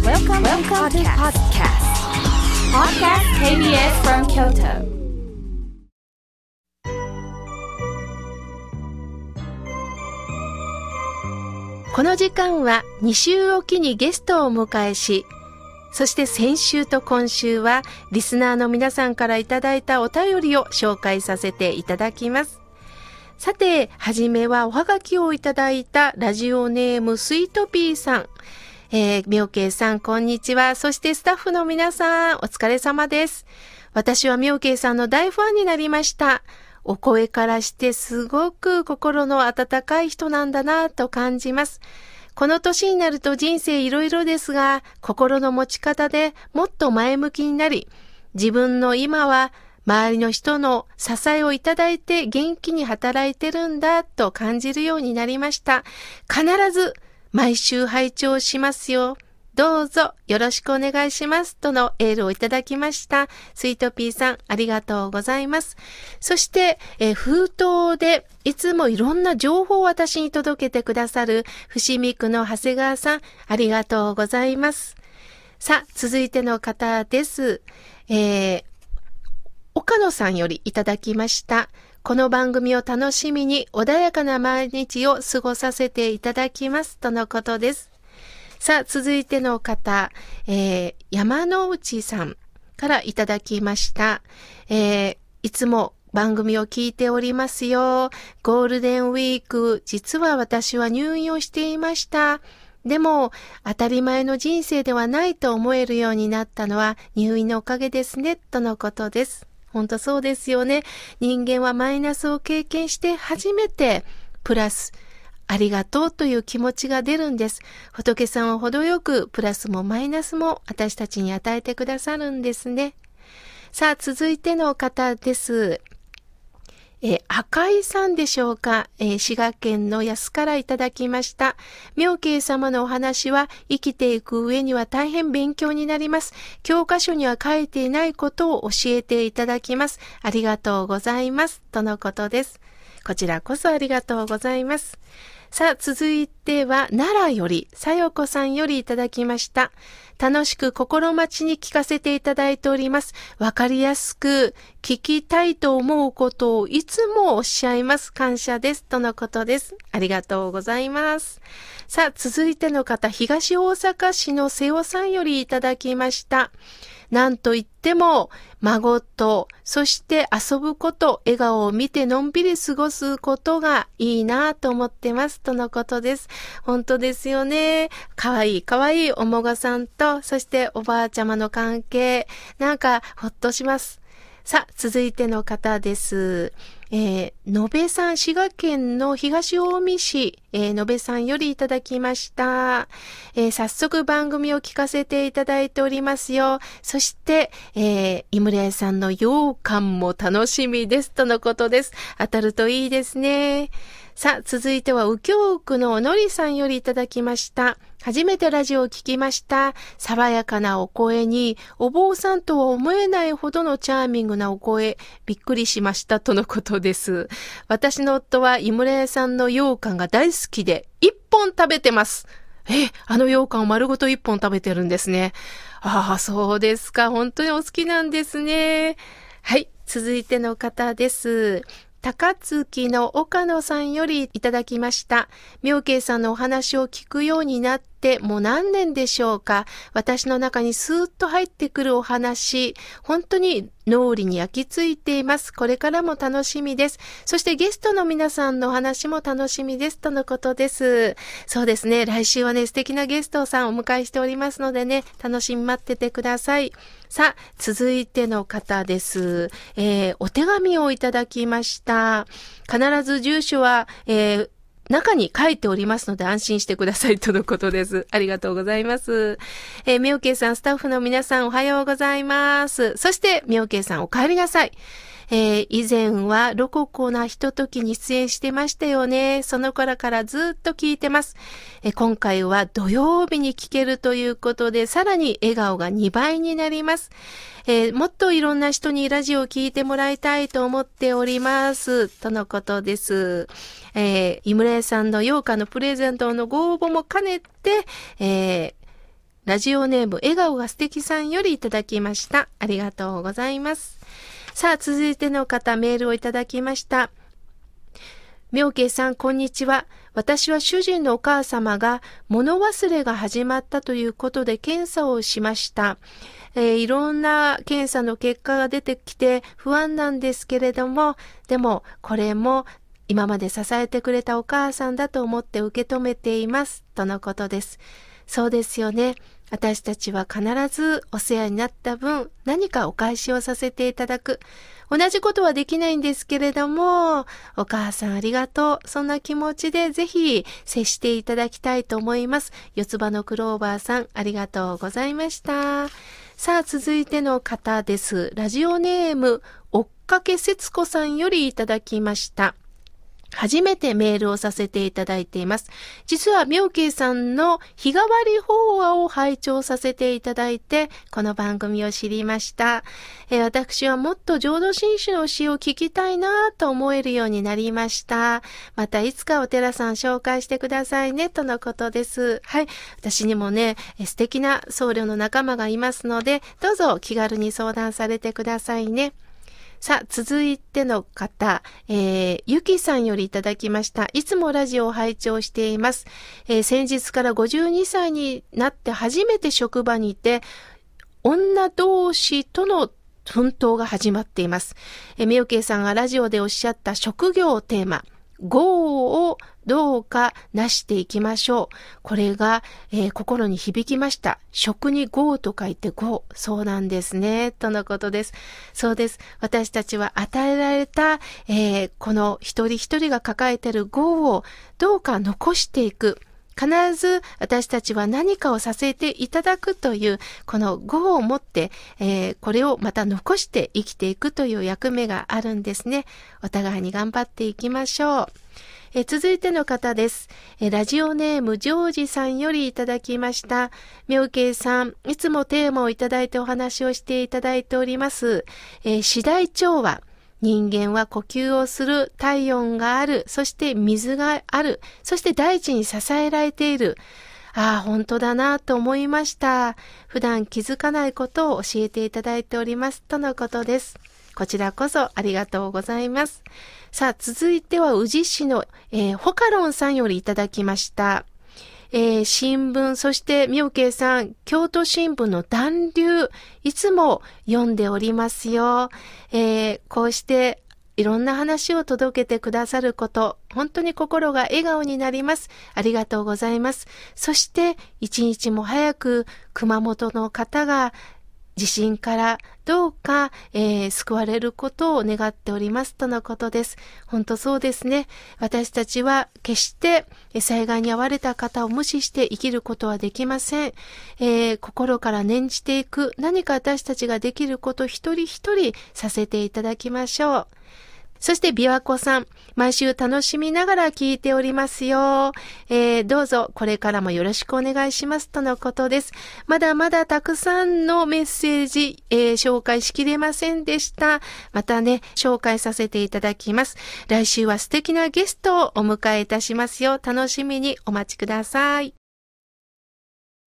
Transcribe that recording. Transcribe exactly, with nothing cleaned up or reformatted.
Welcome, Welcome to podcast. Podcast ケービーエス from Kyoto. この時間はに週おきにゲストをお迎えし、そして先週と今週はリスナーの皆さんからいただいたお便りを紹介させていただきます。さて、はじめはおはがきをいただいたラジオネームスイートピーさん。えー、みょうけいさん、こんにちは。そしてスタッフの皆さん、お疲れ様です。私はみょうけいさんの大ファンになりました。お声からしてすごく心の温かい人なんだなと感じます。この年になると人生いろいろですが、心の持ち方でもっと前向きになり、自分の今は周りの人の支えをいただいて元気に働いてるんだと感じるようになりました。必ず毎週拝聴しますよ。どうぞよろしくお願いしますとのエールをいただきました。スイートピーさん、ありがとうございます。そして、えー、封筒でいつもいろんな情報を私に届けてくださる伏見区の長谷川さん、ありがとうございます。さあ、続いての方です。えー、岡野さんよりいただきました。この番組を楽しみに穏やかな毎日を過ごさせていただきますとのことです。さあ、続いての方、えー、山之内さんからいただきました。えー、いつも番組を聞いておりますよ。ゴールデンウィーク、実は私は入院をしていました。でも、当たり前の人生ではないと思えるようになったのは入院のおかげですね、とのことです。本当そうですよね。人間はマイナスを経験して初めてプラス、ありがとうという気持ちが出るんです。仏さんは程よくプラスもマイナスも私たちに与えてくださるんですね。さあ、続いての方です。えー、赤井さんでしょうか、えー、滋賀県の安からいただきました。妙慶様のお話は生きていく上には大変勉強になります。教科書には書いていないことを教えていただきます。ありがとうございます。とのことです。こちらこそありがとうございます。さあ、続いては奈良よりさよこさんよりいただきました。楽しく心待ちに聞かせていただいております。わかりやすく聞きたいと思うことをいつもおっしゃいます。感謝です。とのことです。ありがとうございます。さあ、続いての方、東大阪市の瀬尾さんよりいただきました。なんといっても孫とそして遊ぶこと、笑顔を見てのんびり過ごすことがいいなと思ってますとのことです。本当ですよね。かわいいかわいいお孫さんとそしておばあちゃまの関係、なんかほっとします。さあ、続いての方です。えー、のべさん、滋賀県の東近江市、えー、のべさんよりいただきました。えー、早速番組を聞かせていただいておりますよ。そして、えー、井村屋さんの羊羹も楽しみですとのことです。当たるといいですね。さあ、続いては右京区ののりさんよりいただきました。初めてラジオを聞きました。爽やかなお声に、お坊さんとは思えないほどのチャーミングなお声、びっくりしましたとのことです。私の夫は井村屋さんの羊羹が大好きで、一本食べてます。え、あの羊羹を丸ごと一本食べてるんですね。ああ、そうですか。本当にお好きなんですね。はい、続いての方です。高槻の岡野さんよりいただきました。妙慶さんのお話を聞くようになってもう何年でしょうか。私の中にスーッと入ってくるお話、本当に脳裏に焼き付いています。これからも楽しみです。そしてゲストの皆さんのお話も楽しみですとのことです。そうですね。来週はね、素敵なゲストさんをお迎えしておりますのでね、楽しみ待っててください。さあ、続いての方です。えー、お手紙をいただきました。必ず住所は、えー中に書いておりますので安心してくださいとのことです。ありがとうございます。えー、みょうけいさん、スタッフの皆さんおはようございます。そして、みょうけいさんお帰りなさい。えー、以前はロココなひとときに出演してましたよね。その頃からずっと聞いてます。えー、今回は土曜日に聞けるということで、さらに笑顔がにばいになります。えー、もっといろんな人にラジオを聞いてもらいたいと思っております。とのことです。えー、井村屋さんの羊羹のプレゼントのご応募も兼ねて、えーラジオネーム笑顔が素敵さんよりいただきました。ありがとうございます。さあ、続いての方、メールをいただきました。妙慶さん、こんにちは。私は主人のお母様が物忘れが始まったということで検査をしました。えー、いろんな検査の結果が出てきて不安なんですけれども、でもこれも今まで支えてくれたお母さんだと思って受け止めています。とのことです。そうですよね。私たちは必ずお世話になった分、何かお返しをさせていただく。同じことはできないんですけれども、お母さんありがとう。そんな気持ちでぜひ接していただきたいと思います。四つ葉のクローバーさん、ありがとうございました。さあ、続いての方です。ラジオネーム、追っかけ節子さんよりいただきました。初めてメールをさせていただいています。実は妙慶さんの日替わり法話を拝聴させていただいて、この番組を知りました。えー、私はもっと浄土真宗の詩を聞きたいなと思えるようになりました。またいつかお寺さん紹介してくださいね、とのことです。はい。私にもね、素敵な僧侶の仲間がいますので、どうぞ気軽に相談されてくださいね。さあ、続いての方、えー、ゆきさんよりいただきました。いつもラジオを拝聴しています。えー、先日からごじゅうにさいになって初めて職場にいて、女同士との奮闘が始まっています。えー、みよけいさんがラジオでおっしゃった職業テーマ、業をどうかなしていきましょう。これが、えー、心に響きました。職に業と書いて業。そうなんですね。とのことです。そうです。私たちは与えられた、えー、この一人一人が抱えている業をどうか残していく。必ず私たちは何かをさせていただくという、この業を持って、えー、これをまた残して生きていくという役目があるんですね。お互いに頑張っていきましょう。えー、続いての方です。えー、ラジオネームジョージさんよりいただきました。妙慶さん、いつもテーマをいただいてお話をしていただいております。えー、四大調和。人間は呼吸をする、体温がある、そして水がある、そして大地に支えられている。ああ、本当だなと思いました。普段気づかないことを教えていただいております。とのことです。こちらこそありがとうございます。さあ、続いては宇治市の、えー、ホカロンさんよりいただきました。えー、新聞、そして妙慶さん、京都新聞の暖流、いつも読んでおりますよ。えー、こうしていろんな話を届けてくださること、本当に心が笑顔になります。ありがとうございます。そして一日も早く熊本の方が地震からどうか、えー、救われることを願っておりますとのことです。本当そうですね。私たちは決して災害に遭われた方を無視して生きることはできません。えー、心から念じていく何か私たちができること一人一人させていただきましょう。そして琵琶湖さん、毎週楽しみながら聞いておりますよ。えー、どうぞこれからもよろしくお願いしますとのことです。まだまだたくさんのメッセージ、えー、紹介しきれませんでした。またね、紹介させていただきます。来週は素敵なゲストをお迎えいたしますよ。楽しみにお待ちください。